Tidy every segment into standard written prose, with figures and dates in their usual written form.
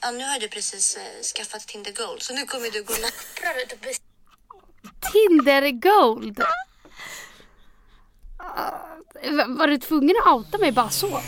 Ja, nu har du precis skaffat Tinder Gold, så nu kommer du gå nappra. Tinder Gold? Var du tvungen att outa mig bara så?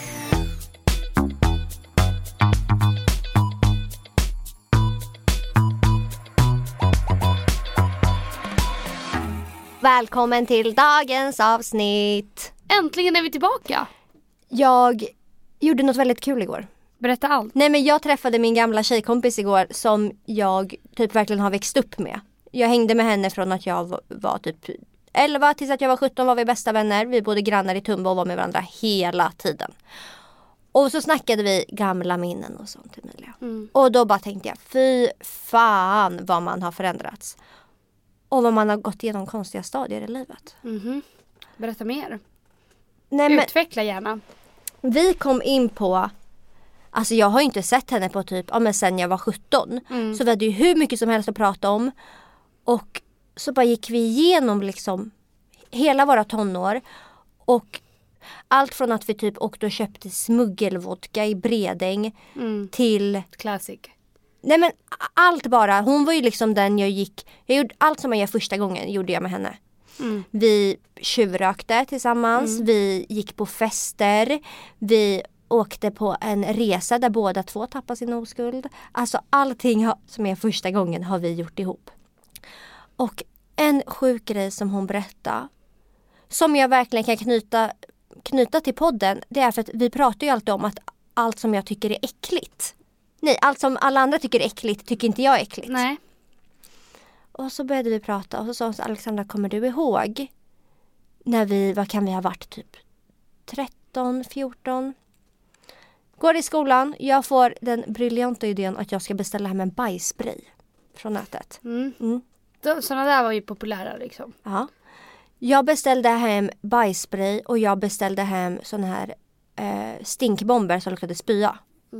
Välkommen till dagens avsnitt. Äntligen är vi tillbaka. Jag gjorde något väldigt kul igår. Berätta allt. Nej, men jag träffade min gamla tjejkompis igår som jag typ verkligen har växt upp med. Jag hängde med henne från att jag var typ 11 tills att jag var 17 var vi bästa vänner. Vi bodde grannar i Tumba och var med varandra hela tiden. Och så snackade vi gamla minnen och sånt, Emilia. Och då bara tänkte jag, fy fan vad man har förändrats. Och vad man har gått igenom konstiga stadier i livet. Berätta mer. Nej, men utveckla gärna. vi kom in på... Alltså jag har ju inte sett henne på typ men sen jag var 17. Så vi hade ju hur mycket som helst att prata om. Och så bara gick vi igenom liksom hela våra tonår. Och allt från att vi typ åkte och köpte smuggelvodka i Bredäng till... Classic. Nej, men allt bara. Hon var ju liksom den jag gjorde allt som man gör första gången gjorde jag med henne. Vi tjuvrökte tillsammans. Vi gick på fester. Vi åkte på en resa där båda två tappade sin oskuld. Alltså allting som är första gången har vi gjort ihop. Och en sjuk grej som hon berättade, som jag verkligen kan knyta till podden, det är för att vi pratar ju alltid om att allt som jag tycker är äckligt. Nej, allt som alla andra tycker är äckligt tycker inte jag är äckligt. Nej. Och så började vi prata och så sa hon så, Alexandra, kommer du ihåg när vad kan vi ha varit, typ 13, 14? Går i skolan, jag får den briljanta idén att jag ska beställa hem en bajsspray från nätet. Sådana där var ju populära liksom. Ja. Jag beställde hem bajsspray och jag beställde hem sån här stinkbomber som luktade spya.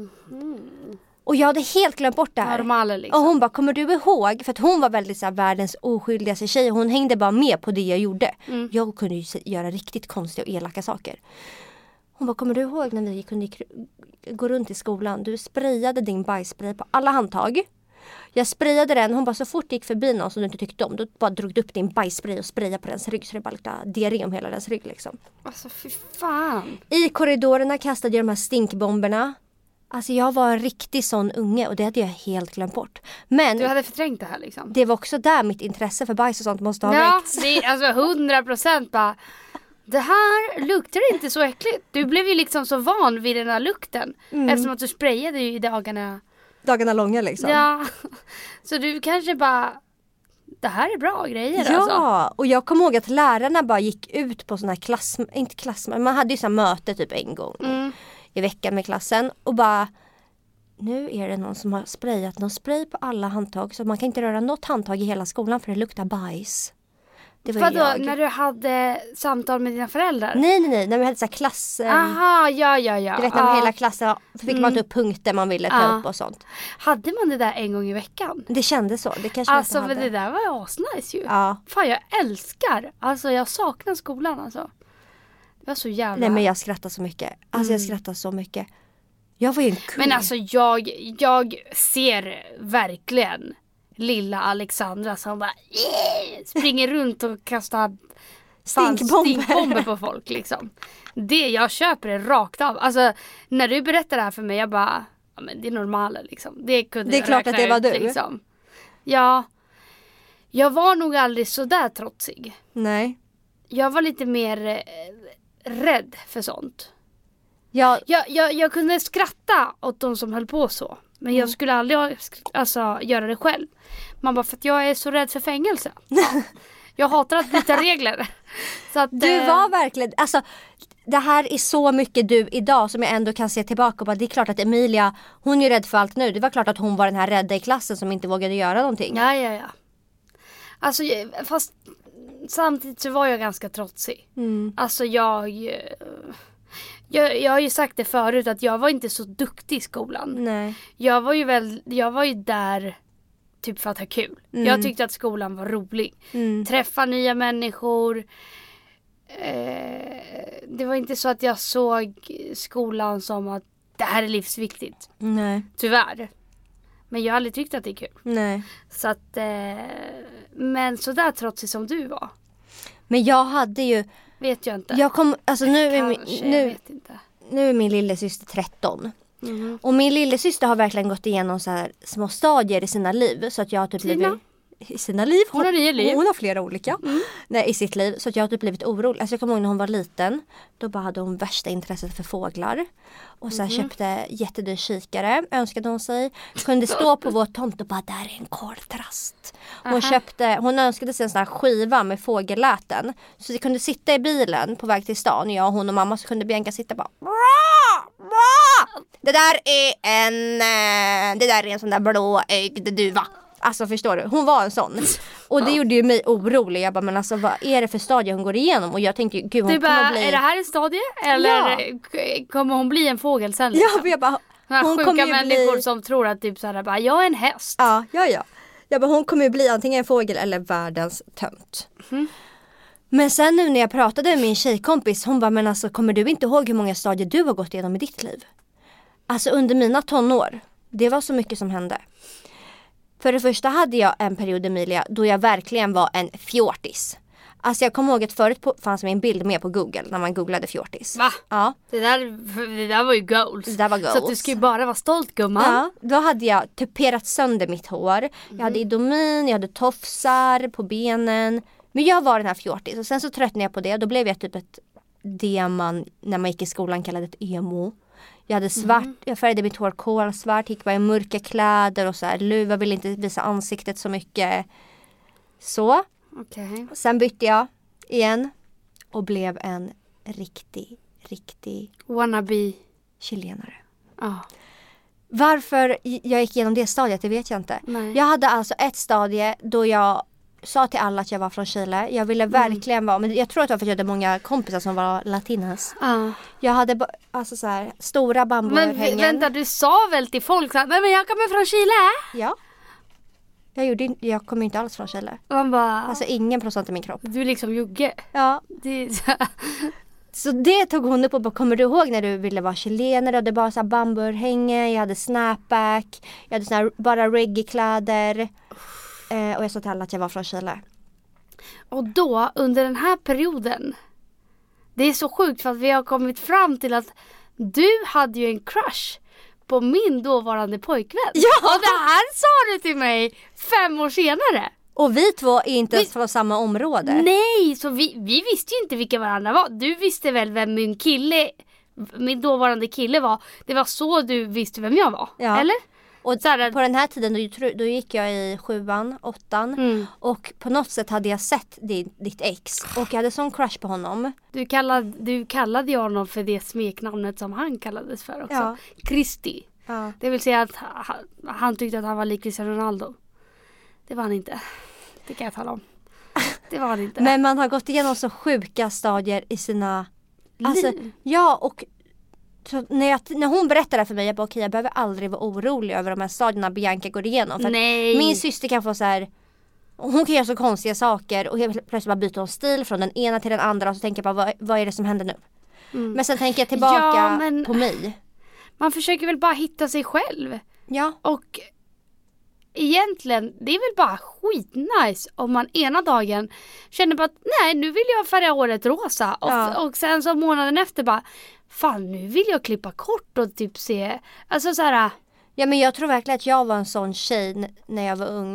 Och jag hade helt glömt bort det här. Normala liksom. Och hon bara, kommer du ihåg? För att hon var väldigt så här, världens oskyldigaste tjej. Hon hängde bara med på det jag gjorde. Jag kunde ju göra riktigt konstiga och elaka saker. Hon bara, kommer du ihåg när vi kunde gå runt i skolan? Du sprayade din bajsspray på alla handtag. Jag sprayade den. Hon bara, så fort det gick förbi någon som du inte tyckte om, då bara drog du upp din bajsspray och sprayade på dens rygg. Så det bara luktade diarré om hela dens rygg liksom. Alltså fy fan. I korridorerna kastade jag de här stinkbomberna. Alltså jag var en riktig sån unge och det hade jag helt glömt bort. Men Du hade förträngt det här liksom. det var också där mitt intresse för bajs och sånt måste ha Ja, väckts. det är alltså 100% bara. Det här luktar inte så äckligt. Du blev ju liksom så van vid den här lukten. Eftersom att du sprayade ju i Dagarna långa liksom. Ja, så du kanske bara, det här är bra grejer Ja, alltså. och jag kommer ihåg att lärarna bara gick ut på såna här men man hade ju sån möte typ en gång i veckan med klassen och bara, nu är det någon som har sprayat någon spray på alla handtag så man kan inte röra något handtag i hela skolan för det luktar bajs. Det var Vadå, jag. när du hade samtal med dina föräldrar? Nej, när vi hade så här klass. Aha, ja. Du vet när hela klassen fick man ta upp punkter man ville ta upp och sånt. Hade man det där en gång i veckan? Det kändes så, det kanske Alltså hade. för det där var ju asnice ju. Ja. Fan, jag älskar. Alltså jag saknar skolan alltså. Det var så jävla... Nej, men jag skrattar så mycket. Alltså jag skrattar så mycket. Jag var ju en kung. Men alltså jag ser verkligen lilla Alexandra som bara springer runt och kastar stinkbomber på folk liksom. Det jag köper är rakt av. Alltså när du berättar det här för mig, jag bara, ja men det är normalt liksom. Det är klart att det var du. Liksom. Ja. Jag var nog aldrig så där trotsig. Nej. Jag var lite mer rädd för sånt. Jag kunde skratta åt de som höll på så. Men jag skulle aldrig göra det själv. Man bara, för att jag är så rädd för fängelse. Ja. Jag hatar att byta regler. Så att, du var verkligen, alltså det här är så mycket du idag som jag ändå kan se tillbaka på. Det är klart att Emilia, hon är ju rädd för allt nu. Det var klart att hon var den här rädda i klassen som inte vågade göra någonting. Ja. Alltså fast samtidigt så var jag ganska trotsig. Alltså jag har ju sagt det förut att jag var inte så duktig i skolan. Nej. Jag var ju där typ för att ha kul. Jag tyckte att skolan var rolig. Träffa nya människor. Det var inte så att jag såg skolan som att det här är livsviktigt. Nej. Tyvärr. Men jag har aldrig tyckt att det är kul. Nej. Så att, men sådär trotsig som du var. Men jag hade ju... Vet jag inte. Jag kom, alltså nu jag vet inte. Nu är min lillasyster 13. Och min lillasyster har verkligen gått igenom så här små stadier i sina liv. Så att jag har typ blivit... I sina liv? Hon har 9 liv. Hon har flera olika. Nej, i sitt liv. Så att jag har typ blivit orolig. Alltså jag kommer ihåg när hon var liten. Då bara hade hon värsta intresset för fåglar. Och så här köpte jättedyr kikare. Önskade hon sig. Kunde stå på vår tomt och bara, där är en koltrast. Hon önskade sig en sån här skiva med fågelläten. Så vi kunde sitta i bilen på väg till stan. Jag och hon och mamma, så kunde Bianca sitta bara... Det där är en sån där blåögd duva. Alltså förstår du, hon var en sån. Och det gjorde ju mig orolig. Jag bara, men alltså vad är det för stadie hon går igenom? Och jag tänkte ju, gud hon kommer bli... Är det här en stadie? Eller kommer hon bli en fågel sen? Liksom? Ja, jag bara... Hon sjuka människor som tror att typ såhär, bara, jag är en häst. Ja. Jag bara, hon kommer ju bli antingen en fågel eller världens tönt. Men sen nu när jag pratade med min tjejkompis, hon bara, men alltså kommer du inte ihåg hur många stadier du har gått igenom i ditt liv? Alltså under mina tonår, det var så mycket som hände. För det första hade jag en period, Emilia, då jag verkligen var en fjortis. Alltså jag kommer ihåg att förut fanns min bild med på Google när man googlade fjortis. Va? Ja. Det där var ju goals. Det där var goals. Så att du ska ju bara vara stolt, gumman. Ja, då hade jag tuperat sönder mitt hår. Jag hade idomin, jag hade tofsar på benen. Men jag var den här fjortis. Och sen så tröttnade jag på det. Då blev jag typ det man när man gick i skolan kallade ett emo. Jag hade svart, jag färgade mitt hår kolsvart, gick bara i mörka kläder och så här, luva, ville inte visa ansiktet så mycket. Så. Okay. Sen bytte jag igen och blev en riktig wannabe chilenare. Varför jag gick igenom det stadiet, det vet jag inte. Nej. Jag hade alltså ett stadie då jag sa till alla att jag var från Chile. Jag ville verkligen vara, men jag tror att det var för att jag hade många kompisar som var latinas. Jag hade alltså så här stora bambuhängen. Men vänta, du sa väl till folk att nej men jag kommer från Chile? Ja. Jag kommer inte alls från Chile. Man bara, alltså ingen procent i min kropp. Du är liksom jugge. Ja. Så det tog hon upp och bara, kommer du ihåg när du ville vara chilenare? Och det var så här bambuhänge, jag hade snapback, jag hade såna här bara reggae-kläder. Och jag sa till alla att jag var från Chile. Och då, under den här perioden, det är så sjukt för att vi har kommit fram till att du hade ju en crush på min dåvarande pojkvän. Ja! Och det här sa du till mig 5 år senare. Och vi två är inte ens från samma område. Nej, så vi visste ju inte vilka varandra var. Du visste väl vem min dåvarande kille var. Det var så du visste vem jag var, eller? Och på den här tiden då gick jag i 7:an, 8:an och på något sätt hade jag sett ditt ex och jag hade sån crush på honom. Du kallade ju honom för det smeknamnet som han kallades för också. Ja. Kristi. Ja. Det vill säga att han tyckte att han var lik Cristiano Ronaldo. Det var han inte. Det kan jag tala om. Det var han inte. Men man har gått igenom så sjuka stadier i sina liv. Ja, och så när hon berättade för mig, jag bara okej, jag behöver aldrig vara orolig över de här stadierna Bianca går igenom. För min syster kan få så här, hon kan göra så konstiga saker och helt plötsligt bara byta stil från den ena till den andra och så tänker jag bara, vad är det som händer nu? Men sen tänker jag tillbaka på mig. Man försöker väl bara hitta sig själv. Ja. Och egentligen, det är väl bara skitnice om man ena dagen känner bara att nej, nu vill jag färga håret rosa. Och sen så månaden efter bara, fan nu vill jag klippa kort och typ se, alltså så här. Ja, men jag tror verkligen att jag var en sån tjej när jag var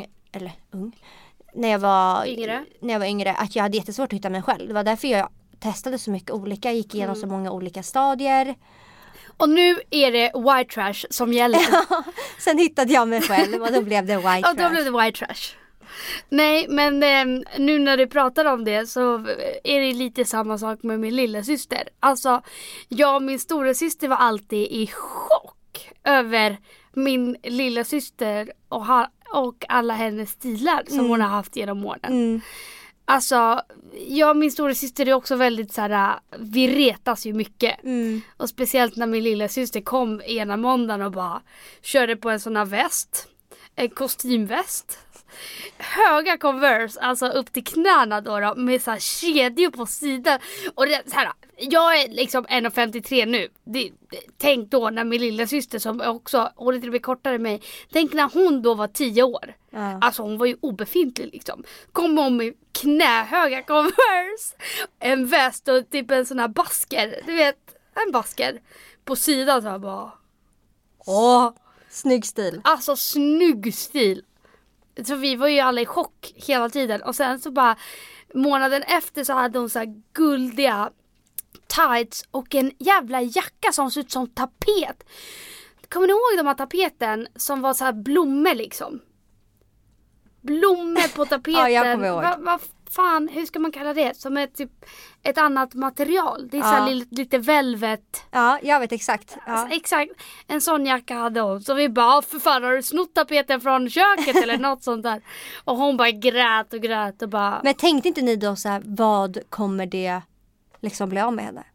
när jag var yngre, att jag hade jättesvårt att hitta mig själv. Det var därför jag testade så mycket olika, gick igenom så många olika stadier. Och nu är det white trash som gäller. Sen hittade jag mig själv och då blev det white trash. Och då blev det white trash. Nej, men nu när du pratar om det så är det lite samma sak med min lilla syster. Alltså, jag och min stora syster var alltid i chock över min lilla syster och alla hennes stilar som hon har haft genom åren. Alltså, jag och min stora syster är också väldigt så här, vi retas ju mycket. Och speciellt när min lilla syster kom ena måndagen och bara körde på en sån här väst. En kostymväst. höga Converse, alltså upp till knäna då med så här kedjor på sidan. Och det, så här, jag är liksom 1,53 nu. Tänk då när min lilla syster som också, hon är till och med kortare än mig. Tänk när hon då var 10 år. Alltså hon var ju obefintlig liksom. Kom hon med knähöga Converse, en väst och typ en sån här basker. Du vet, en basker. På sidan så här bara. Snygg stil. Alltså snygg stil. Så vi var ju alla i chock hela tiden. Och sen så bara månaden efter så hade hon så här guldiga tights och en jävla jacka som såg ut som tapet. Kommer ni ihåg de här tapeten som var så här blommor liksom? Blommor på tapeten. Ja, jag kommer ihåg. Vad fan, hur ska man kalla det? Som är typ ett annat material. Det är så här lite velvet. Ja, jag vet exakt. Ja. Alltså, exakt. En sån jacka hade hon. Så vi bara, för fan har du snott tapeten från köket eller något sånt där? Och hon bara grät och grät och bara. Men tänkte inte ni då så här, vad kommer det liksom bli av med henne?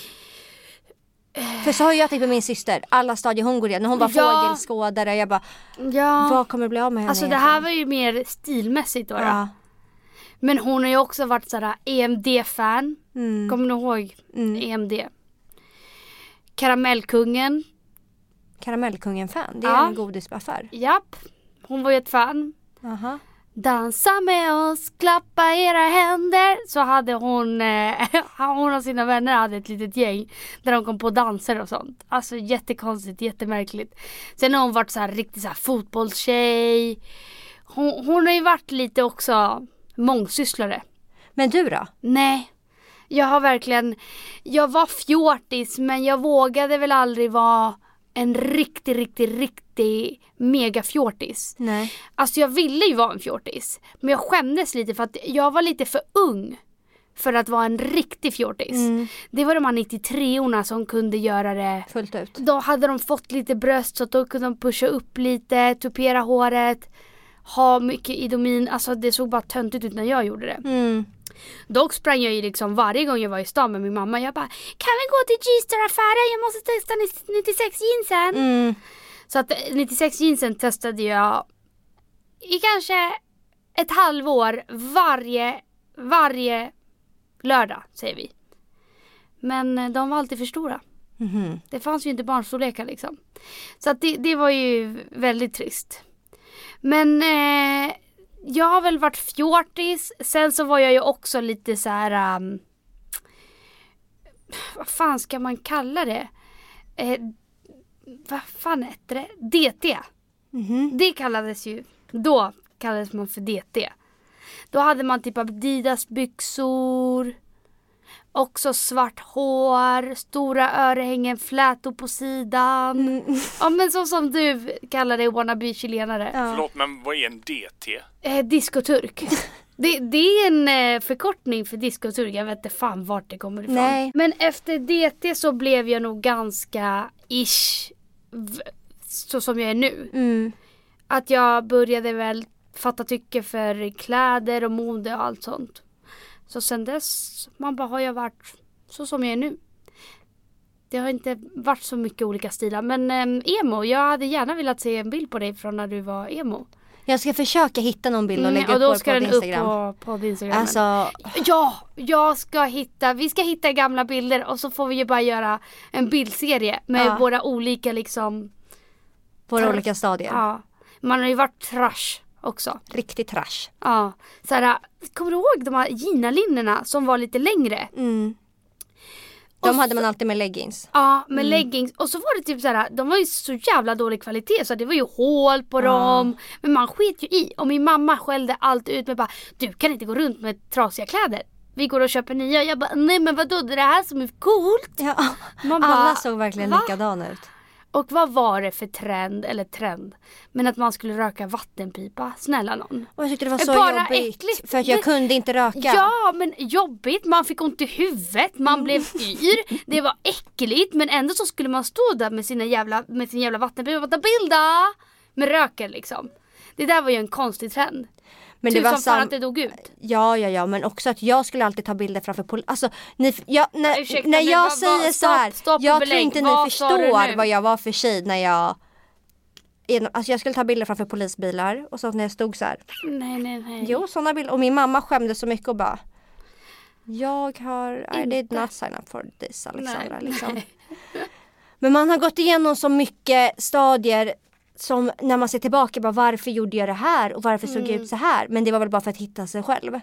För så har jag tänkt på min syster. Alla stadier hon går i. När hon var fågelskådare. Jag bara, vad kommer det bli av med henne? Alltså det här var ju mer stilmässigt då. Ja. Men hon har ju också varit sådär EMD-fan. Kommer ni ihåg EMD? Karamellkungen. Karamellkungen-fan? Det är en godisaffär. Japp, hon var ju ett fan. Dansa med oss, klappa era händer. Så hade hon och sina vänner hade ett litet gäng där de kom på danser och sånt. Alltså jättekonstigt, jättemärkligt. Sen har hon varit så här riktigt så här fotbollstjej. Hon har ju varit lite också mångsysslare. Men du då? Nej, jag var fjortis men jag vågade väl aldrig vara en riktig mega fjortis. Nej. Alltså jag ville ju vara en fjortis. Men jag skämdes lite för att jag var lite för ung för att vara en riktig fjortis. Det var de här 93orna som kunde göra det fullt ut. Då hade de fått lite bröst så att då kunde de pusha upp lite, tupera håret, ha mycket idomin. Alltså det såg bara töntigt ut när jag gjorde det. Dock sprang jag ju liksom varje gång jag var i stan med min mamma. Jag bara, kan vi gå till G-Star-affären? Jag måste testa 96 jeansen. Så att 96 jeansen testade jag i kanske ett halvår varje lördag, säger vi. Men de var alltid för stora. Det fanns ju inte barnstorlekar liksom. Så att det var ju väldigt trist. Men jag har väl varit fjortis. Sen så var jag ju också lite så här. Vad fan ska man kalla det? Vad fan heter det? DT. Det kallades ju. Då kallades man för DT. Då hade man typ Adidas byxor. Också svart hår, stora örhängen, flätor på sidan. Ja, men så som du kallar det, wannabe-chilenare. Förlåt, men vad är en DT? Diskoturk. Det är en förkortning för diskoturk. Jag vet inte fan vart det kommer ifrån. Nej. Men efter DT så blev jag nog ganska så som jag är nu. Att jag började väl fatta tycke för kläder och mode och allt sånt. Så sen dess har jag varit så som jag är nu. Det har inte varit så mycket olika stilar. Men emo, jag hade gärna velat se en bild på dig från när du var emo. Jag ska försöka hitta någon bild och lägga och då upp ska på den Instagram. Upp på Instagram. Alltså. Ja, vi ska hitta gamla bilder och så får vi ju bara göra en bildserie med våra olika liksom. Våra olika stadier. Ja, man har ju varit trash också. Riktigt trash. Ja, såhär, kommer du ihåg de här Gina-linnerna som var lite längre? De hade man alltid med leggings. Ja, med leggings. Och så var det typ såhär, de var ju så jävla dålig kvalitet så det var ju hål på dem. Men man sket ju i. Och min mamma skällde allt ut med bara, du kan inte gå runt med trasiga kläder. Vi går och köper nya. Jag bara, nej men vadå, det är det här som är coolt. Ja, man alla bara, såg verkligen likadana ut. Och vad var det för trend? Men att man skulle röka vattenpipa, snälla någon. Och jag tyckte det var så bara jobbigt. Äckligt. För att jag kunde inte röka. Ja, men jobbigt. Man fick ont i huvudet. Man blev yr. Det var äckligt. Men ändå så skulle man stå där med sin jävla vattenpipa och ta bilda med röken liksom. Det där var ju en konstig trend. Men det var fan att det dog ut. Ja, men också att jag skulle alltid ta bilder framför alltså, när jag säger så här, jag tror inte ni förstår vad jag var för tjej när jag Alltså jag skulle ta bilder framför polisbilar och så när jag stod så här. Nej. Jo, sådana bilder. Och min mamma skämde så mycket och bara I did not sign up for this, Alexandra. Liksom. Men man har gått igenom så mycket stadier som när man ser tillbaka bara, varför gjorde jag det här och varför såg jag ut så här? Men det var väl bara för att hitta sig själv.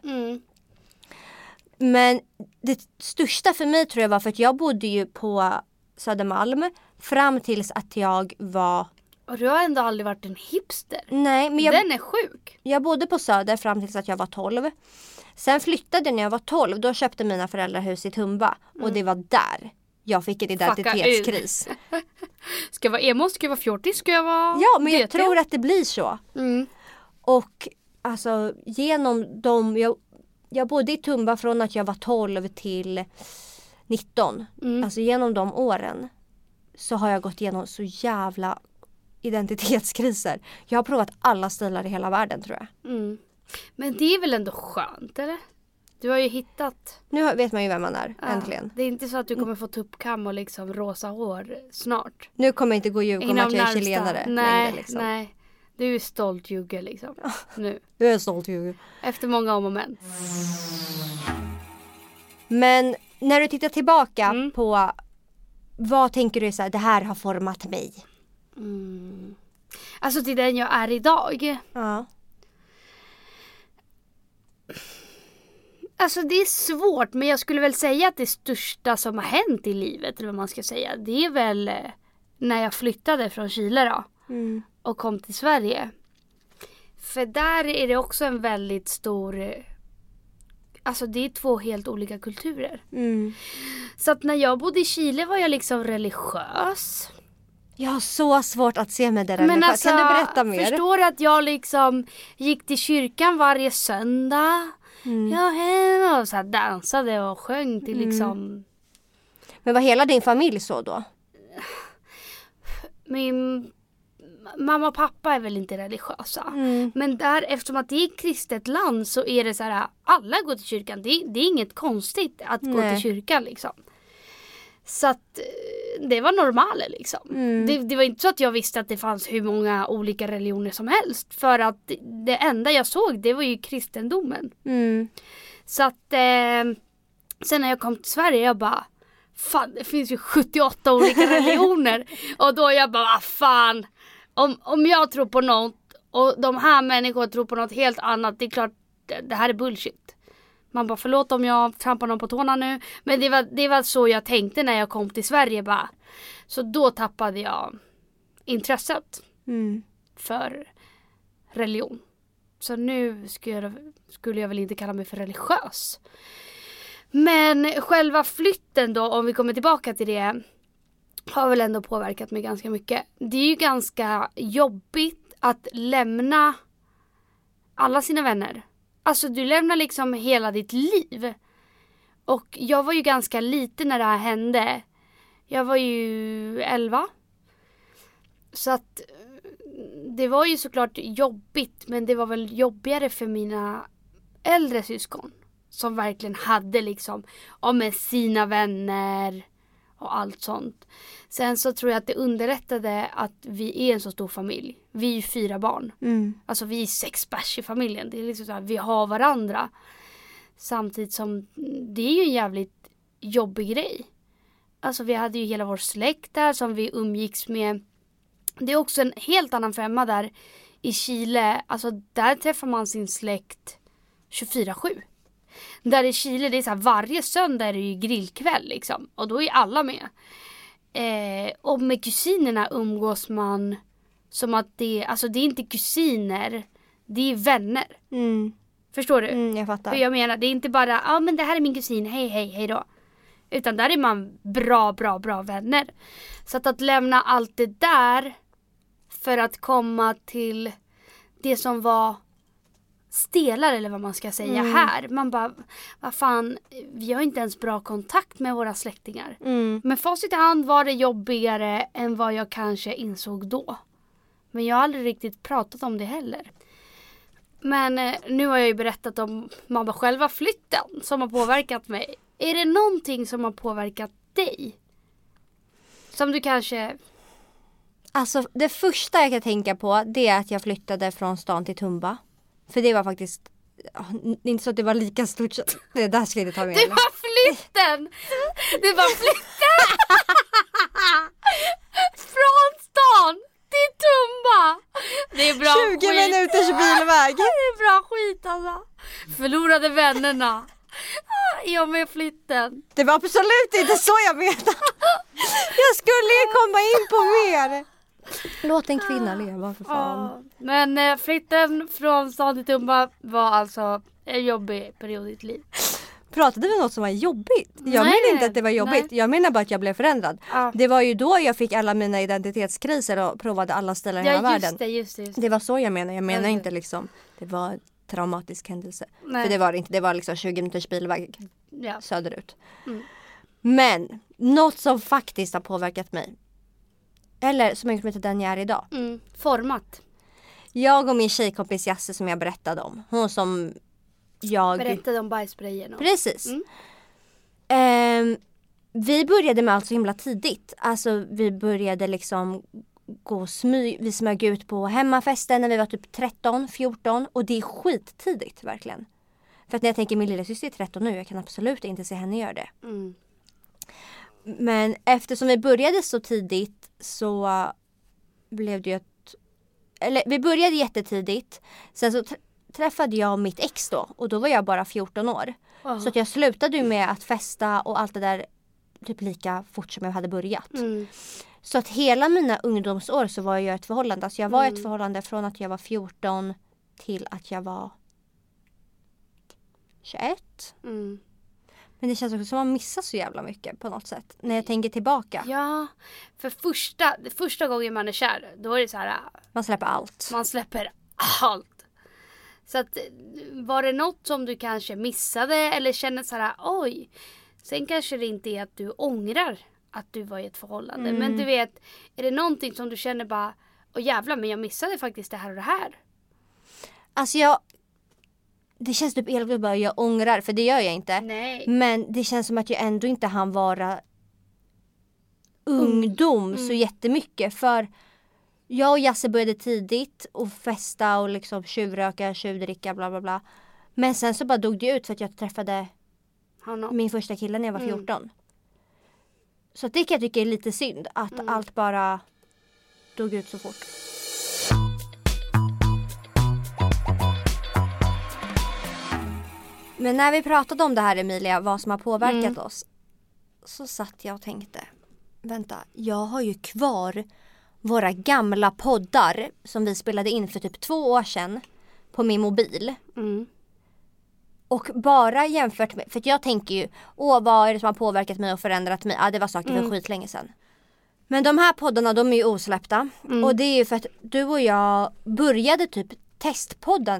Men det största för mig tror jag var för att jag bodde ju på Södermalm fram tills att jag var... Och du har ändå aldrig varit en hipster. Nej, men den är sjuk. Jag bodde på Söder fram tills att jag var 12. Sen flyttade jag när jag var 12. Då köpte mina föräldrar hus i Tumba. Och det var där jag fick en identitetskris. Ska jag vara emo? Ska jag vara fjortis? Ska jag vara... Ja, men jag tror att det blir så. Och alltså genom jag bodde i Tumba från att jag var 12 till 19. Alltså genom de åren så har jag gått igenom så jävla identitetskriser. Jag har provat alla stilar i hela världen tror jag. Men det är väl ändå skönt, eller? Du har ju hittat... Nu vet man ju vem man är, äntligen. Det är inte så att du kommer få tuppkam och liksom rosa hår snart. Nu kommer jag inte gå och ljuga om att jag är chilenare. Nej, längre, liksom. Nej. Du är stolt jugge liksom. Nu. Du är stolt jugge. Efter många om och men. Men när du tittar tillbaka på vad tänker du så här, det här har format mig? Alltså till den jag är idag. Ja. Alltså det är svårt, men jag skulle väl säga att det största som har hänt i livet, eller vad man ska säga, det är väl när jag flyttade från Chile då. Och kom till Sverige. För där är det också en väldigt stor... Alltså det är 2 helt olika kulturer. Så att när jag bodde i Chile var jag liksom religiös. Jag har så svårt att se mig där religiös. Men alltså, kan du berätta mer? Förstår att jag liksom gick till kyrkan varje söndag. Och så här dansade och sjöng till liksom... Men var hela din familj så då? Min mamma och pappa är väl inte religiösa. Men där, eftersom att det är ett kristet land så är det så här, alla går till kyrkan. Det är inget konstigt att gå till kyrkan liksom. Så att det var normalt liksom. Det var inte så att jag visste att det fanns hur många olika religioner som helst. För att det enda jag såg, det var ju kristendomen. Så att sen när jag kom till Sverige, jag bara, fan det finns ju 78 olika religioner. Och då jag bara, fan. Om jag tror på något och de här människorna tror på något helt annat, det är klart det här är bullshit. Man bara, förlåt om jag trampar någon på tårna nu. Men det var så jag tänkte när jag kom till Sverige bara. Så då tappade jag intresset för religion. Så nu skulle jag väl inte kalla mig för religiös. Men själva flytten då, om vi kommer tillbaka till det, har väl ändå påverkat mig ganska mycket. Det är ju ganska jobbigt att lämna alla sina vänner. Alltså du lämnar liksom hela ditt liv. Och jag var ju ganska liten när det här hände. Jag var ju 11. Så att det var ju såklart jobbigt. Men det var väl jobbigare för mina äldre syskon. Som verkligen hade liksom med sina vänner och allt sånt. Sen så tror jag att det underlättade att vi är en så stor familj. Vi är 4 barn. Alltså vi är 6 pers i familjen. Det är liksom så här, vi har varandra. Samtidigt som det är ju en jävligt jobbig grej. Alltså vi hade ju hela vår släkt där som vi umgicks med. Det är också en helt annan femma där i Chile. Alltså där träffar man sin släkt 24/7. Där i Chile, det är så här, varje söndag är det ju grillkväll liksom. Och då är alla med. Och med kusinerna umgås man som att det är inte kusiner. Det är vänner. Förstår du? Jag fattar. För jag menar, det är inte bara, men det här är min kusin, hej då. Utan där är man bra vänner. Så att lämna allt det där för att komma till det som var stelare eller vad man ska säga här. Man bara, vad fan, vi har inte ens bra kontakt med våra släktingar. Men facit i hand var det jobbigare än vad jag kanske insåg då. Men jag har aldrig riktigt pratat om det heller. Men nu har jag ju berättat om mamma själva flytten som har påverkat mig. Är det någonting som har påverkat dig? Som du kanske... Alltså det första jag kan tänka på det är att jag flyttade från stan till Tumba. För det var faktiskt, inte så att det var lika stort. Det där ska jag inte ta med. Det var flytten! Det var flytten! Från stan till Tumba! Det är bra 20 skit. minuters bilväg. Det är bra skit alltså. Förlorade vännerna. Jag med flytten. Det var absolut inte så jag menade. Jag skulle ju komma in på mer. Låt en kvinna leva för fan. Men flytten från stan till Tumba var alltså en jobbig period i ditt liv. Pratade vi något som var jobbigt? Jag menar inte att det var jobbigt. Nej. Jag menar bara att jag blev förändrad. Ja. Det var ju då jag fick alla mina identitetskriser och provade alla ställen i hela världen. Just det. Det var så jag menar. Jag menar inte liksom, det var en traumatisk händelse. Nej. För det var det inte. Det var liksom 20 minuters bilväg söderut. Mm. Men något som faktiskt har påverkat mig. Eller som har gjort mig till den jag är idag. Format. Jag och min tjejkompis Jasse som jag berättade om. Hon som jag berättade om bajssprayen. Precis. Vi började med allt så himla tidigt. Alltså vi började liksom vi smög ut på hemmafesten när vi var typ 13, 14. Och det är skittidigt verkligen. För att när jag tänker min lilla syster är 13 nu. Jag kan absolut inte se henne göra det. Men eftersom vi började så tidigt så blev det ju vi började jättetidigt. Sen så träffade jag mitt ex då. Och då var jag bara 14 år. Så att jag slutade ju med att festa och allt det där typ lika fort som jag hade börjat. Så att hela mina ungdomsår så var jag i ett förhållande. Alltså jag var i ett förhållande från att jag var 14 till att jag var 21. Men det känns också som att man missar så jävla mycket på något sätt. När jag tänker tillbaka. Ja, för första gången man är kär, då är det så här. Man släpper allt. Man släpper allt. Så att, var det något som du kanske missade eller kände så här, oj. Sen kanske det inte är att du ångrar att du var i ett förhållande. Men du vet, är det någonting som du känner bara, åh jävlar, men jag missade faktiskt det här och det här. Alltså det känns typ elakt bara jag ångrar, för det gör jag inte. Nej. Men det känns som att jag ändå inte hann vara ungdom så jättemycket. För jag och Jasse började tidigt och festa och liksom tjuvröka, tjuvdricka, bla bla bla. Men sen så bara dog det ut för att jag träffade min första kille när jag var 14. Så det kan jag tycka är lite synd att allt bara dog ut så fort. Men när vi pratade om det här, Emilia, vad som har påverkat oss, så satt jag och tänkte, vänta, jag har ju kvar våra gamla poddar som vi spelade in för typ 2 år sedan på min mobil. Och bara jämfört med, för jag tänker ju, vad är det som har påverkat mig och förändrat mig? Ja, det var saker för skitlänge sedan. Men de här poddarna, de är ju osläppta. Och det är ju för att du och jag började typ testpodden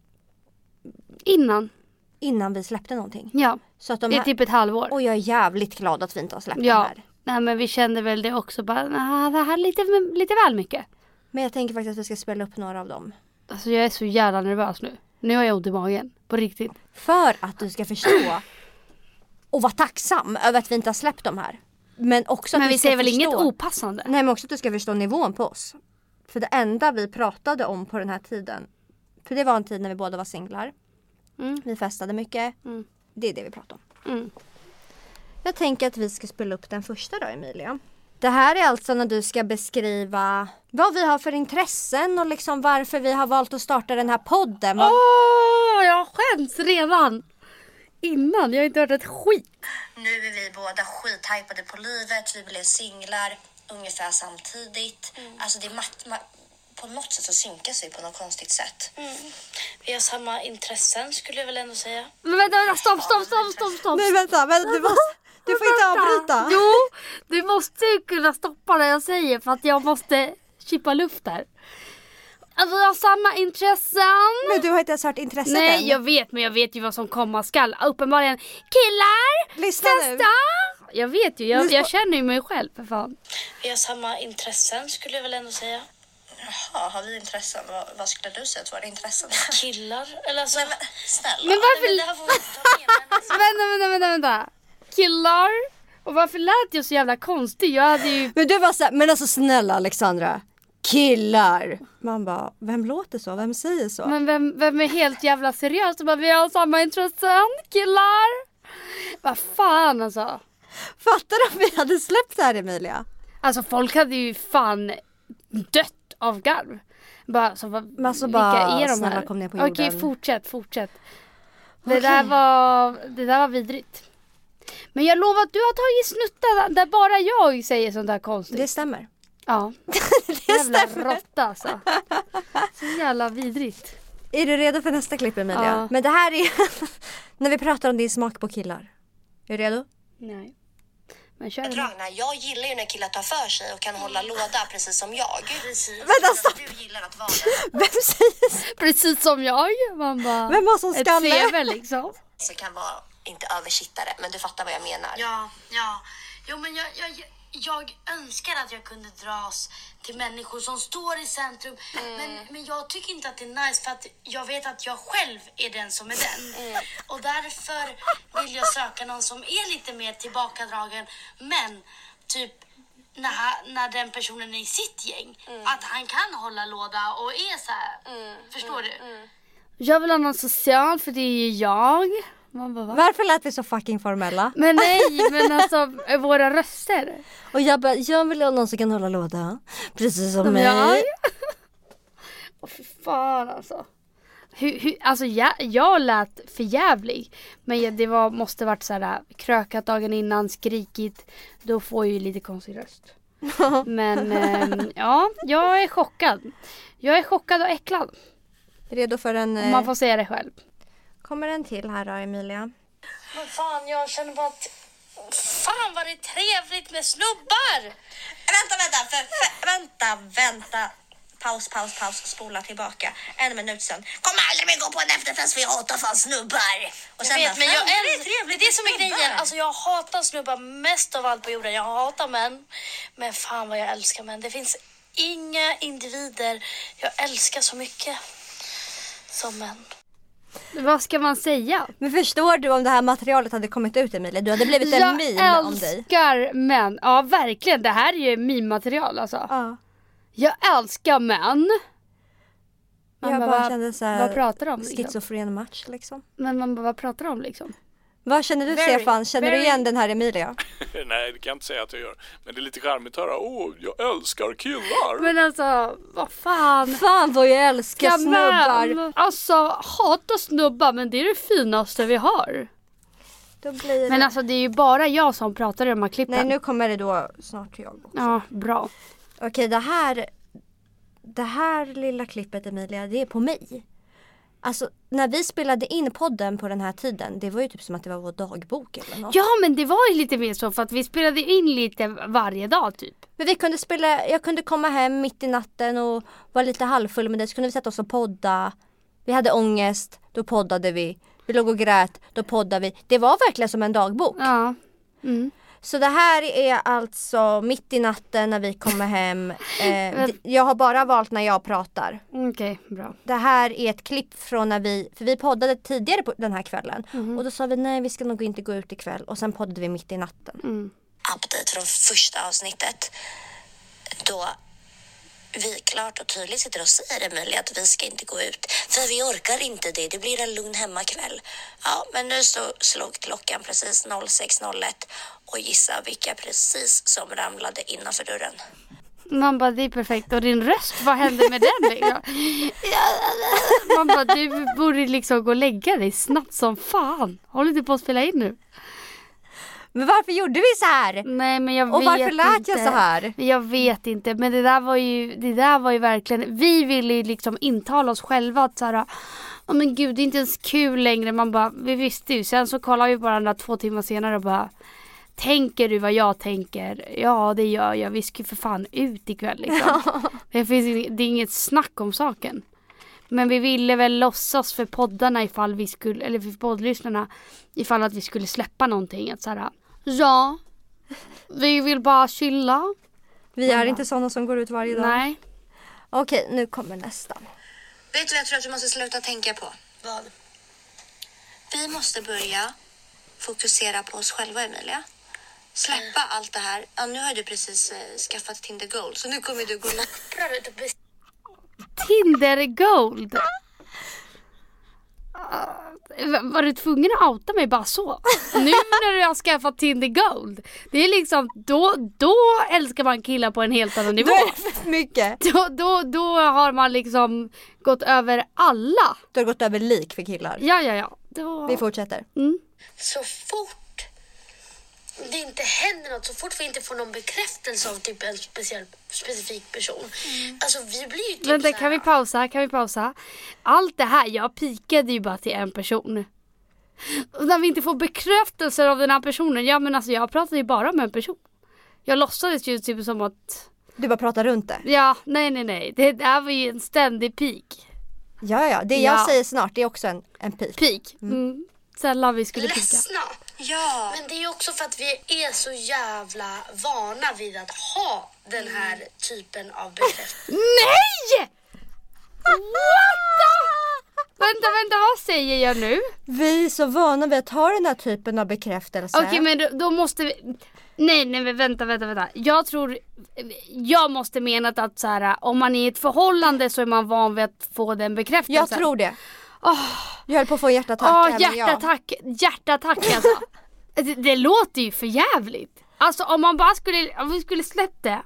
innan vi släppte någonting. Ja, så att det är typ ett halvår. Och jag är jävligt glad att vi inte har släppt den här. Nej, men vi kände väl det också. Bara, det här är lite väl mycket. Men jag tänker faktiskt att vi ska spela upp några av dem. Alltså jag är så jävla nervös nu. Nu har jag ont i magen. På riktigt. För att du ska förstå och vara tacksam över att vi inte har släppt de här. Men också att men vi säger väl inget opassande? Nej, men också att du ska förstå nivån på oss. För det enda vi pratade om på den här tiden. För det var en tid när vi båda var singlar. Vi festade mycket. Det är det vi pratar om. Jag tänker att vi ska spela upp den första då, Emilia. Det här är alltså när du ska beskriva vad vi har för intressen och liksom varför vi har valt att starta den här podden. Jag skäms redan. Innan, jag har inte hört ett skit. Nu är vi båda skithypade på livet. Vi blev singlar ungefär samtidigt. Alltså det är på något sätt så synkas vi på något konstigt sätt. Vi har samma intressen skulle jag väl ändå säga. Men vänta, stopp. Nej, vänta, du får inte avbryta. Jo, du måste ju kunna stoppa det jag säger för att jag måste chippa luft där. Alltså vi har samma intressen. Men du har inte ens hört intresset än. Nej, jag vet, men jag vet ju vad som komma skall. Uppenbarligen, killar, lyssna testa. Nu. Jag vet ju, jag känner ju mig själv för fan. Vi har samma intressen skulle jag väl ändå säga. Jaha, har vi intressen? Vad skulle du säga att våra intressen? Killar? Eller alltså, nej, men, snälla. Men varför? Vänta. Killar, Och varför lät jag så jävla konstig? Jag hade ju... Men du var så här, men alltså snälla Alexandra. Killar. Man bara, vem låter så? Vem säger så? Men vem är helt jävla seriös? Och bara, vi har samma intressen, killar. Vad fan alltså. Fattar du om vi hade släppt det här, Emilia? Alltså folk hade ju fan dött av garv. Bara, så, Men alltså vilka bara, är de snälla, här? kom ner på jorden. Okej, fortsätt. Det där var vidrigt. Men jag lovar att du har tagit snuttar där bara jag säger sånt där konstigt. Det stämmer. Ja. Det jävla stämmer. råtta alltså. Så jävla vidrigt. Är du redo för nästa klipp, Emilia? Ja. Men det här är när vi pratar om din smak på killar. Är du redo? Nej. Men kör. Ragnar, jag gillar ju när killar tar för sig och kan hålla låda precis som jag. Precis. Vänta, stopp. Du gillar att vara där. Vem säger Precis som jag. Man bara, Vem har som ett skalle? CV liksom. Så kan vara inte översittare, men du fattar vad jag menar. Ja. Jo, men jag önskar att jag kunde dras till människor som står i centrum. Men jag tycker inte att det är nice för att jag vet att jag själv är den som är den. Och därför vill jag söka någon som är lite mer tillbakadragen. Men typ när den personen är i sitt gäng. Att han kan hålla låda och är så här. Förstår du? Jag vill ha någon social för det är jag. Man bara, va? Varför lät vi så fucking formella? Men nej, men alltså våra röster. Och jag bara, jag vill ha någon som kan hålla låda. Precis som mig. Jag. Åh för fan alltså. Alltså jag lät för jävlig. Men det måste varit så här krökat dagen innan, skrikigt. Då får jag ju lite konstig röst. Men ja, jag är chockad. Jag är chockad och äcklad. Redo för en... Om man får säga det själv. Kommer en till här då, Emilia. Men fan, jag känner bara att... Fan vad det är trevligt med snubbar! Vänta. Paus. Spola tillbaka. 1 minut sen. Kommer aldrig mer gå på en efterfest för jag hatar fan snubbar. Och sen Men jag det är älskar trevligt det är som är med grejen. snubbar. Alltså jag hatar snubbar mest av allt på jorden. Jag hatar män. Men fan vad jag älskar män. Det finns inga individer jag älskar så mycket som män. Vad ska man säga? Men förstår du om det här materialet hade kommit ut, Emilia? Du hade blivit en meme om dig. Jag älskar män. Ja, verkligen. Det här är ju meme-material alltså. Ja. Jag älskar män. Jag bara kände så här, vad pratar du om liksom? schizofren match liksom. Men man bara, vad pratar du om liksom? Vad känner du, Stefan? Känner du igen den här Emilia? Nej, det kan jag inte säga att jag gör. Men det är lite charmigt att höra. Jag älskar killar. Men alltså, vad fan. Fan vad jag älskar snubbar. Alltså, hata snubbar, men det är det finaste vi har. Då blir det... Men alltså, det är ju bara jag som pratar i de här klippen. Nej, nu kommer det då snart jag också. Ja, bra. Okej, det här lilla klippet, Emilia, det är på mig. Alltså, när vi spelade in podden på den här tiden, det var ju typ som att det var vår dagbok eller något. Ja, men det var ju lite mer så för att vi spelade in lite varje dag typ. Men jag kunde komma hem mitt i natten och vara lite halvfull med det. Så kunde vi sätta oss och podda. Vi hade ångest, då poddade vi. Vi låg och grät, då poddade vi. Det var verkligen som en dagbok. Ja. Mm. Så det här är alltså mitt i natten när vi kommer hem. Jag har bara valt när jag pratar. Okej, bra. Det här är ett klipp från när vi poddade tidigare på den här kvällen. Och då sa vi nej, vi ska nog inte gå ut ikväll. Och sen poddade vi mitt i natten. Update från första avsnittet. Då vi klart och tydligt sitter och säger, Emilia, att vi ska inte gå ut. För vi orkar inte det. Det blir en lugn hemmakväll. Ja, men nu slog klockan precis 06.01. Och gissa vilka precis som ramlade innanför dörren. Man bara, det är perfekt. Och din röst, vad hände med den liksom? Man bara, du borde liksom gå och lägga dig snabbt som fan. Håller du på att spela in nu? Men varför gjorde vi så här? Nej, men jag vet Och varför lät inte. jag så här? Jag vet inte, men det där var ju verkligen, vi ville ju liksom intala oss själva att såhär, men gud, det är inte ens kul längre. Man bara, vi visste ju. Sen så kollar vi på varandra 2 timmar senare och bara, tänker du vad jag tänker? Ja, det gör jag. Vi ska för fan ut ikväll liksom. Det är inget snack om saken. Men vi ville väl låtsas för poddarna ifall vi skulle, eller för poddlyssnarna ifall att vi skulle släppa någonting. Att såhär, ja, vi vill bara chilla. Vi är inte sådana som går ut varje dag. Nej. Okej, nu kommer nästa. Vet du vad jag tror att vi måste sluta tänka på? Vad? Vi måste börja fokusera på oss själva, Emilia. släppa allt det här. Ja, nu har du precis skaffat Tinder Gold, så nu kommer du gå loppra. Tinder Gold? Var du tvungen att outa mig bara så? Nu när du har skaffat Tinder Gold, det är liksom, då älskar man killar på en helt annan nivå. Då är det för mycket. Då har man liksom gått över alla. Du har gått över lik för killar. Ja. Vi fortsätter. Så fort det inte händer något, så fort vi inte får någon bekräftelse av typ en specifik person. Alltså vi blir ju typ Vänta, såhär... kan vi pausa? Allt det här, jag pikade ju bara till en person. Och när vi inte får bekräftelse av den här personen, ja men alltså jag pratade ju bara med en person. Jag låtsades ju typ som att... Du bara pratar runt det. Ja, nej. Det där var ju en ständig pik. Ja. Det jag säger snart, det är också en pik. Pik. Sällan vi skulle pika. Ledsna. Ja. Men det är ju också för att vi är så jävla vana vid att ha den här typen av bekräftelse. Nej! What the... Vänta, vad säger jag nu? Vi är så vana vid att ha den här typen av bekräftelse. Okej, men då måste vi... Nej, men vänta. Jag måste mena att så här, om man är i ett förhållande så är man van vid att få den bekräftelsen. Jag tror det. Jag höll på att få hjärtattack. Hjärtattack alltså. Det låter ju för jävligt. Alltså om vi skulle släppt det.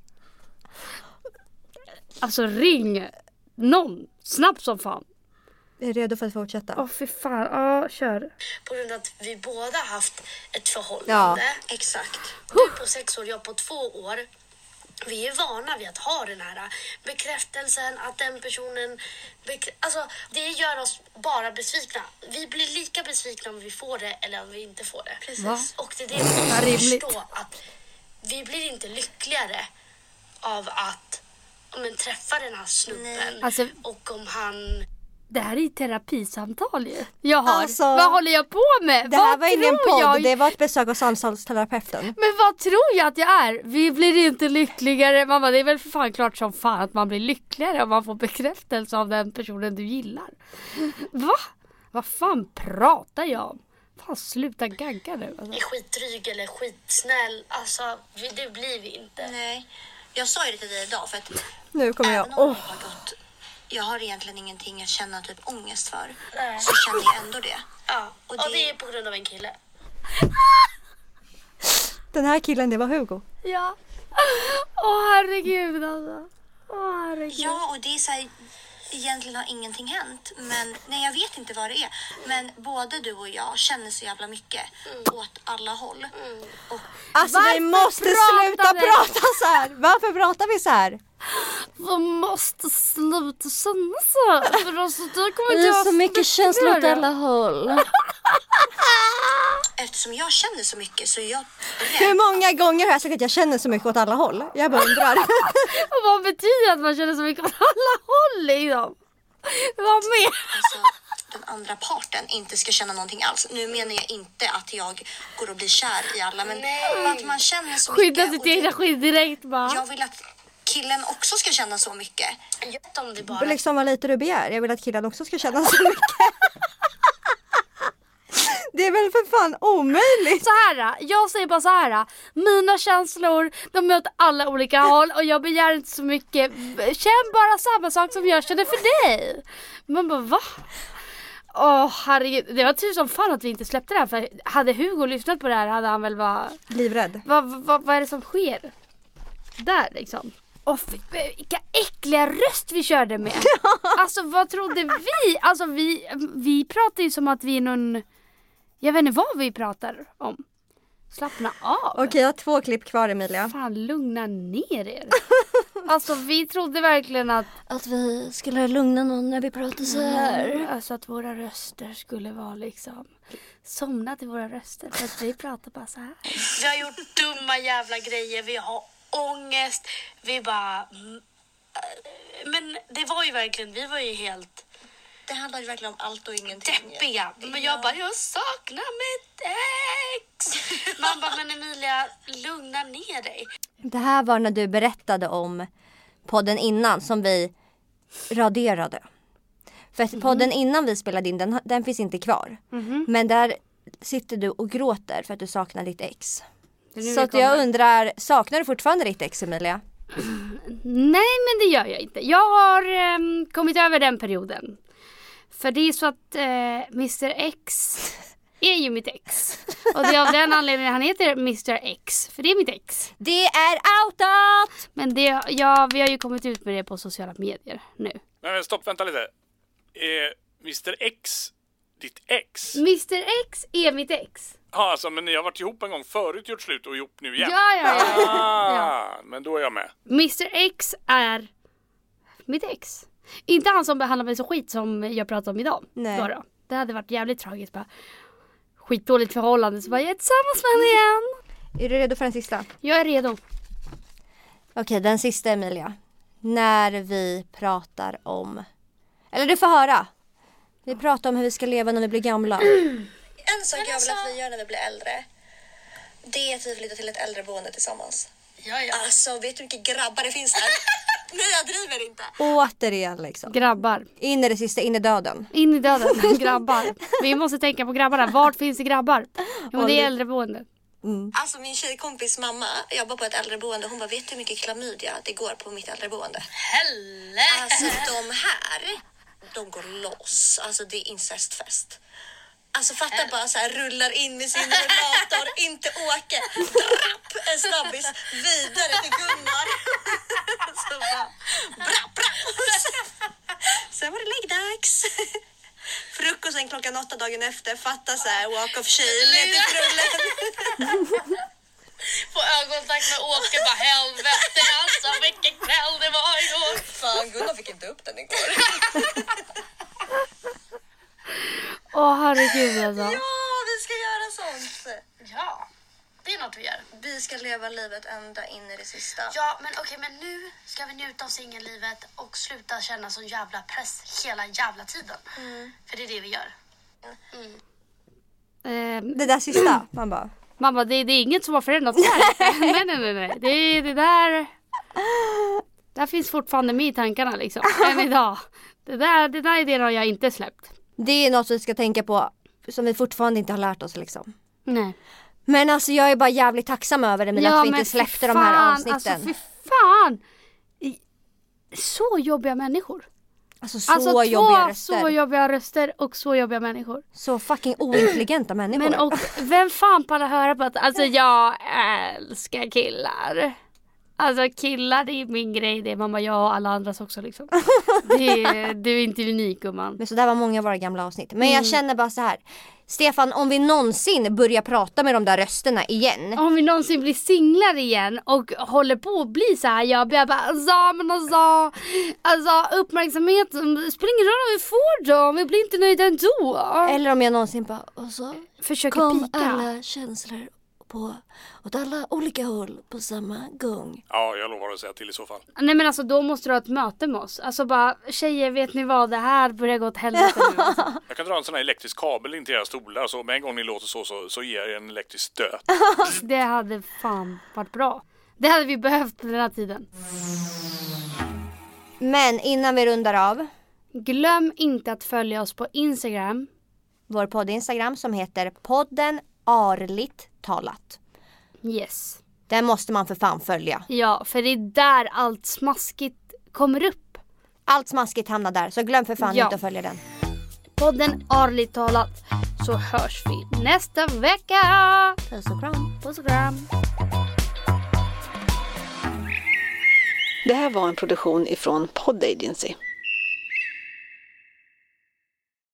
Alltså ring någon snabbt som fan. Jag är redo för att fortsätta. Fy fan, kör. På grund av att vi båda haft ett förhållande. Ja, exakt. Du på 6 år, jag på 2 år. Vi är vana vid att ha den här bekräftelsen, att den personen... Alltså, det gör oss bara besvikna. Vi blir lika besvikna om vi får det eller om vi inte får det. Precis. Va? Och det är det vi måste förstå, att vi blir inte lyckligare av att träffa den här snubben. Alltså, och om han... det här är ju terapisamtal ju. Jag har. Alltså, vad håller jag på med? Det här var ingen podd, det var ett besök hos samtalsterapeuten. Men vad tror jag att jag är? Vi blir inte lyckligare. Mamma, det är väl för fan klart som fan att man blir lyckligare om man får bekräftelse av den personen du gillar. Va? Vad fan pratar jag om? Fan, sluta gagga nu. Alltså. Är skitdryg eller skitsnäll. Alltså, det blir vi inte. Nej. Jag sa ju det till dig idag, för att Nu kommer jag. även om det har gått, jag har egentligen ingenting att känna typ ångest för. Så känner jag ändå det. Ja, och det är på grund av en kille. Den här killen, det var Hugo. Ja. Herregud alltså. Herregud. Ja, och det är så här, egentligen har ingenting hänt. Men nej, jag vet inte vad det är. Men både du och jag känner så jävla mycket åt alla håll. Och Alltså vi måste sluta prata så här. Varför pratar vi så här? Vi måste sluta känna så här. För alltså, det kommer Det är så mycket känslor åt alla håll. eftersom jag känner så mycket så är jag Hur många gånger har jag sagt att jag känner så mycket åt alla håll? Jag bara undrar. Och vad betyder att man känner så mycket åt alla håll liksom? Vad med? alltså, den andra parten inte ska känna någonting alls. Nu menar jag inte att jag går och blir kär i alla, men att man känner så Skydda mycket. sitt egna skit direkt bara. Jag vill att killen också ska känna så mycket. Jag vet om det bara... Och liksom vad lite du begär. Jag vill att killen också ska känna så mycket. Det är väl för fan omöjligt. Så här, jag säger bara så här. Mina känslor, de möter alla olika håll och jag begär inte så mycket. Känn bara samma sak som jag känner för dig. Man bara, va? Herregud, det var tur som fan att vi inte släppte det här. För hade Hugo lyssnat på det här hade han väl varit livrädd. Vad är det som sker? Där liksom. Vilka äckliga röst vi körde med. Alltså vad trodde vi? Alltså vi pratar ju som att vi är någon... Jag vet inte vad vi pratar om. Slappna av. Okej, jag har 2 klipp kvar, Emilia. Fan, lugna ner er. Alltså vi trodde verkligen att vi skulle lugna någon när vi pratade så här. Alltså att våra röster skulle vara liksom somna till våra röster. För att vi pratar bara så här. Vi har gjort dumma jävla grejer. Vi har ångest. Vi bara... Men det var ju verkligen... Vi var ju helt... Det handlar ju verkligen om allt och ingenting. Deppiga. Men jag bara, jag saknar mitt ex. Man bara, men Emilia, lugna ner dig. Det här var när du berättade om podden innan som vi raderade. För podden innan vi spelade in, den finns inte kvar. Men där sitter du och gråter för att du saknar ditt ex. Så att jag undrar, saknar du fortfarande ditt ex, Emilia? Nej, men det gör jag inte. Jag har kommit över den perioden. För det är så att Mr. X är ju mitt ex. Och det är av den anledningen han heter Mr. X. För det är mitt ex. Det är outat! Men vi har ju kommit ut med det på sociala medier nu. Men stopp, vänta lite. Är Mr. X ditt ex? Mr. X är mitt ex. Ja, alltså, men ni har varit ihop en gång förut, gjort slut och ihop nu igen. Ja. Men då är jag med. Mr. X är mitt ex. Inte han som behandlar mig så skit som jag pratar om idag. Nej. Då. Det hade varit jävligt tragiskt. Bara skitdåligt förhållande. Så bara, jag är tillsammans med henne igen. Är du redo för den sista? Jag är redo. Okej, den sista, Emilia. När vi pratar om... Eller du får höra. Vi pratar om hur vi ska leva när vi blir gamla. En sak jag vill att vi gör när vi blir äldre, det är att vi flyttar till ett äldreboende tillsammans. Ja. Alltså, vet du hur mycket grabbar det finns där? Nej, jag driver inte. Återigen liksom. Grabbar. In i det sista, in i döden. In i döden. Grabbar. Vi måste tänka på grabbarna. Vart finns det grabbar? Jo, det är äldreboende. Alltså min tjejkompis mamma jobbar på ett äldreboende. Hon bara, vet du hur mycket klamydia det går på mitt äldreboende? Helle! Alltså de här, de går loss. Alltså det är incestfest. Alltså fatta bara så här, rullar in med sin rullator, inte åker. Drapp, en snabbis vidare till Gunnar. Så bara, brapp, brapp. Sen var det läggdags. Frukosten 8:00 dagen efter. Fatta så här, walk of shame ner till frullen. Få ögonkontakt med Åke, bara helvete alltså, vilken kväll det var igår. Fan, Gunnar fick inte upp den igår. Herregud alltså. Ja, vi ska göra sånt. Ja, det är något vi gör. Vi ska leva livet ända in i det sista. Ja, men okej, men nu ska vi njuta av singellivet och sluta känna sån jävla press hela jävla tiden. För det är det vi gör. Det där sista, man bara... Mamma, det är inget som har förändrats där. Nej. Det där finns fortfarande med i tankarna liksom. Än idag. Det där idén har jag inte släppt. Det är något vi ska tänka på som vi fortfarande inte har lärt oss liksom. Nej. Men alltså jag är bara jävligt tacksam över det, men att vi inte släppte de här avsnitten. Alltså fy fan. Så jobbiga människor. Alltså så jobbiga röster. Så jobbiga röster och så jobbiga människor. Så fucking ointelligenta människor. Men och vem fan pallar höra på att alltså jag älskar killar. Alltså killar, det är min grej. Det är mamma, jag och alla andras också liksom. Du är inte unik, gumman. Men så där var många av våra gamla avsnitt. Men jag känner bara så här. Stefan, om vi någonsin börjar prata med de där rösterna igen. Om vi någonsin blir singlar igen och håller på att bli så här. Jag blir bara, alltså uppmärksamhet spelar ingen roll om vi får dem. Vi blir inte nöjda ändå. Eller om jag någonsin bara, och så försöker kom pika. alla känslor åt alla olika håll på samma gång. Ja, jag lovar att säga till i så fall. Nej men alltså då måste du ha ett möte med oss. Alltså bara, tjejer, vet ni vad? Det här börjar gå åt helvete nu alltså. Jag kan dra en sån här elektrisk kabel in till era stolar, så med en gång ni låter så ger jag en elektrisk stöt. Det hade fan varit bra. Det hade vi behövt på den här tiden. Men innan vi rundar av. Glöm inte att följa oss på Instagram. Vår podd Instagram som heter podden Arligt talat. Yes. Den måste man för fan följa. Ja, för det är där allt smaskigt kommer upp. Allt smaskigt hamnar där, så glöm för fan inte att följa den. Podden Arligt talat. Så hörs vi nästa vecka. Puss och kram. Puss och kram. Det här var en produktion ifrån Podd Agency.